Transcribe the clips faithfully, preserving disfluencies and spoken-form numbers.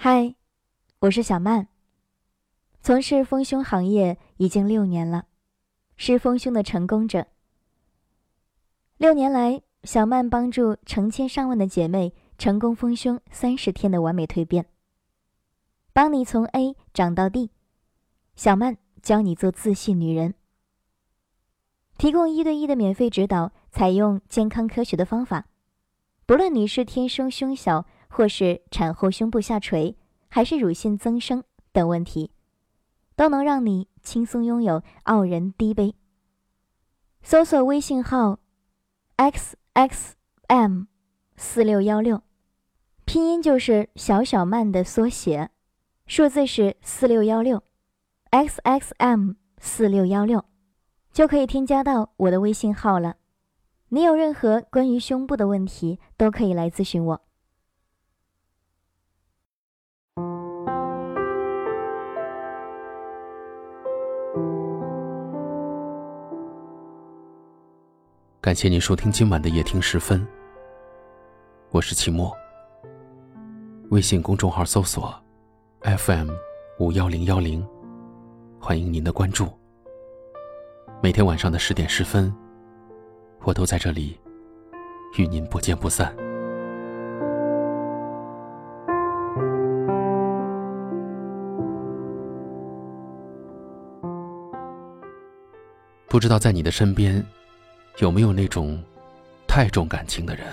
嗨，我是小曼，从事丰胸行业已经六年了，是丰胸的成功者。六年来，小曼帮助成千上万的姐妹成功丰胸三十天的完美蜕变，帮你从 A 长到 D。小曼教你做自信女人，提供一对一的免费指导，采用健康科学的方法，不论你是天生胸小，或是产后胸部下垂，还是乳腺增生等问题，都能让你轻松拥有傲人低杯。搜索微信号 X X M 四六一六，拼音就是小小曼的缩写，数字是四六一六 X X M 四六一六，就可以添加到我的微信号了。你有任何关于胸部的问题，都可以来咨询我。 感谢您收听今晚的夜听时分，我是齐墨。微信公众号搜索 F M 五一零一零，欢迎您的关注。每天晚上的十点十分，我都在这里与您不见不散。不知道在你的身边有没有那种太重感情的人？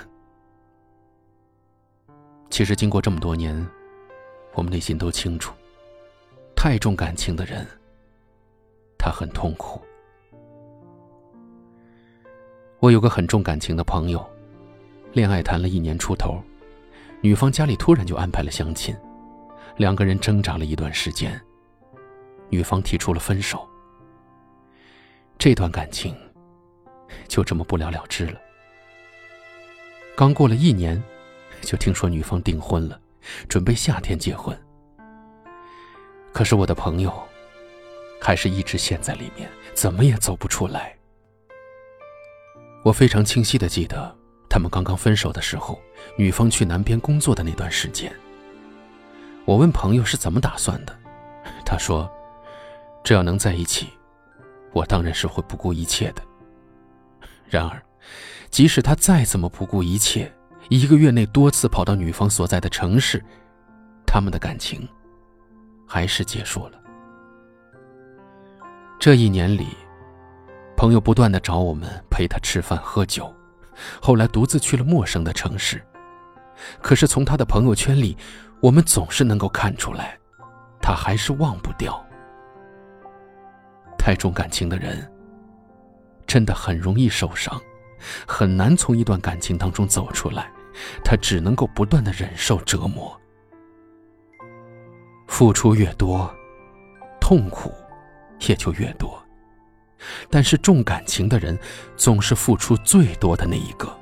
其实经过这么多年，我们内心都清楚，太重感情的人，他很痛苦。我有个很重感情的朋友，恋爱谈了一年出头，女方家里突然就安排了相亲，两个人挣扎了一段时间，女方提出了分手。这段感情就这么不了了之了。刚过了一年，就听说女方订婚了，准备夏天结婚。可是我的朋友还是一直陷在里面，怎么也走不出来。我非常清晰地记得，他们刚刚分手的时候，女方去南边工作的那段时间。我问朋友是怎么打算的，他说，只要能在一起，我当然是会不顾一切的。然而，即使他再怎么不顾一切，一个月内多次跑到女方所在的城市，他们的感情还是结束了。这一年里，朋友不断地找我们陪他吃饭喝酒，后来独自去了陌生的城市。可是从他的朋友圈里，我们总是能够看出来，他还是忘不掉。太重感情的人真的很容易受伤，很难从一段感情当中走出来，他只能够不断地忍受折磨。付出越多，痛苦也就越多。但是重感情的人总是付出最多的那一个。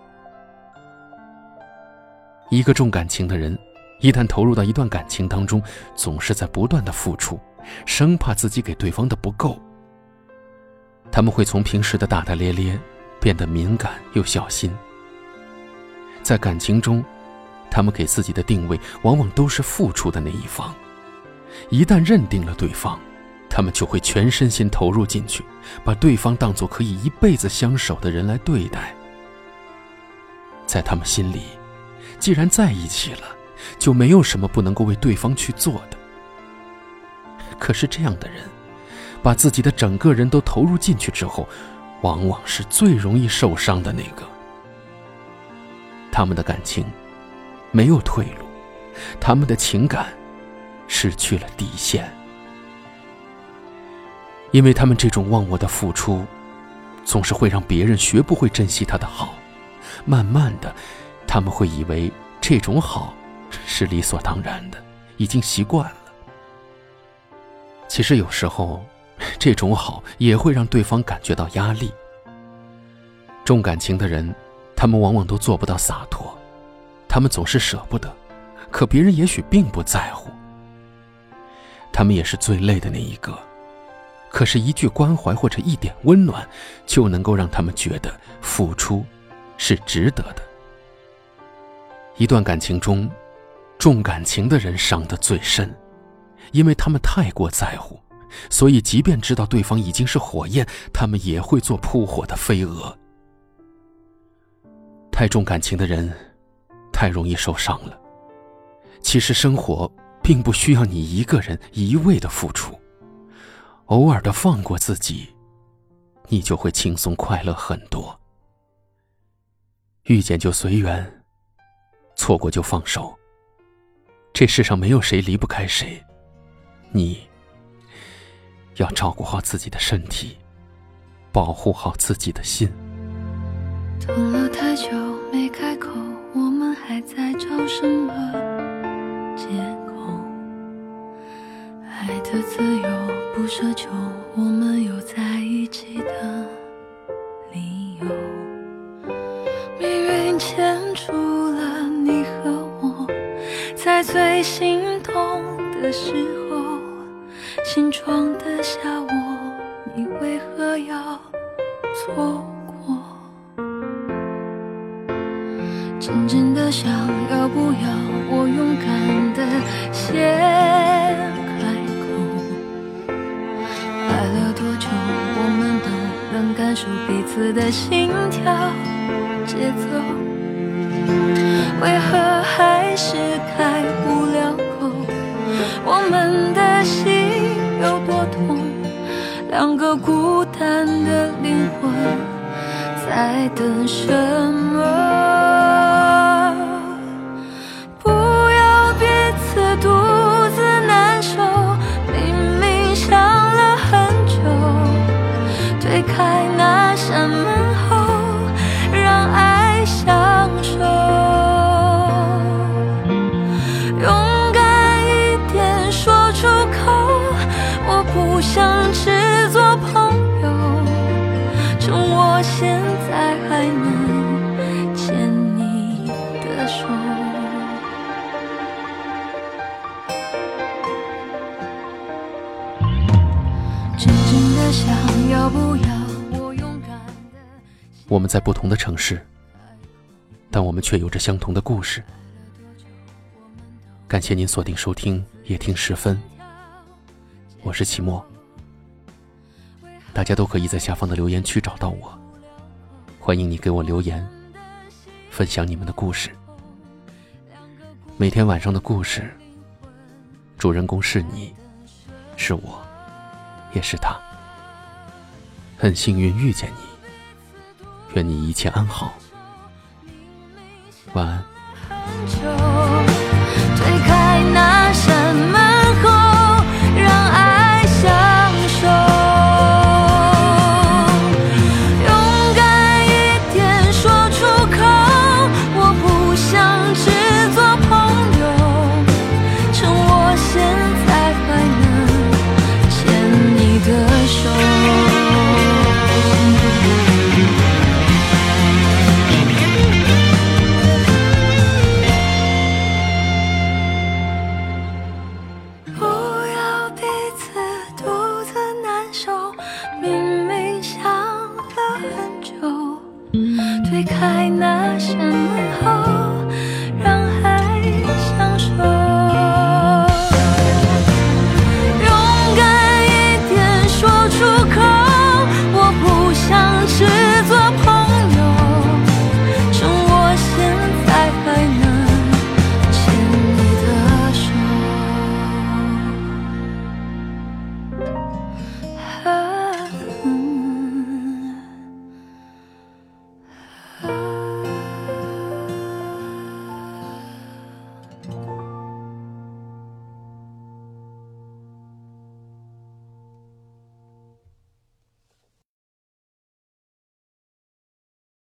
一个重感情的人，一旦投入到一段感情当中，总是在不断的付出，生怕自己给对方的不够。他们会从平时的大大咧咧变得敏感又小心。在感情中，他们给自己的定位往往都是付出的那一方。一旦认定了对方，他们就会全身心投入进去，把对方当作可以一辈子相守的人来对待。在他们心里，既然在一起了，就没有什么不能够为对方去做的。可是这样的人，把自己的整个人都投入进去之后，往往是最容易受伤的那个。他们的感情没有退路，他们的情感失去了底线。因为他们这种忘我的付出，总是会让别人学不会珍惜他的好。慢慢的，他们会以为这种好是理所当然的，已经习惯了。其实有时候，这种好也会让对方感觉到压力。重感情的人，他们往往都做不到洒脱，他们总是舍不得，可别人也许并不在乎。他们也是最累的那一个，可是一句关怀或者一点温暖，就能够让他们觉得付出是值得的。一段感情中， 重感情的人伤得最深，因为他们太过在乎，所以即便知道对方已经是火焰，他们也会做扑火的飞蛾。太重感情的人太容易受伤了。其实生活并不需要你一个人一味的付出，偶尔的放过自己，你就会轻松快乐很多。遇见就随缘，错过就放手。这世上没有谁离不开谁，你要照顾好自己的身体，保护好自己的心。 等了太久没开口，我们还在找什么借口？爱的自由不奢求，我们有在一起的理由。命运牵住了你和我，在最心痛的时候，心装得下我，你为何要错过？渐渐地想要不要我勇敢地先开口。爱了多久我们都能感受彼此的心跳节奏，为何还是开不了口？我们的心有多痛，两个孤单的灵魂在等什么？推开那扇门后，让爱相守。勇敢一点说出口，我不想只做朋友，趁我现在还能牵你的手。静静地想要不要我勇敢的。 我们在不同的城市，但我们却有着相同的故事。感谢您锁定收听夜听十分，我是齐墨。大家都可以在下方的留言区找到我，欢迎你给我留言，分享你们的故事。每天晚上的故事，主人公是你，是我，也是他。很幸运遇见你，愿你一切安好，晚安。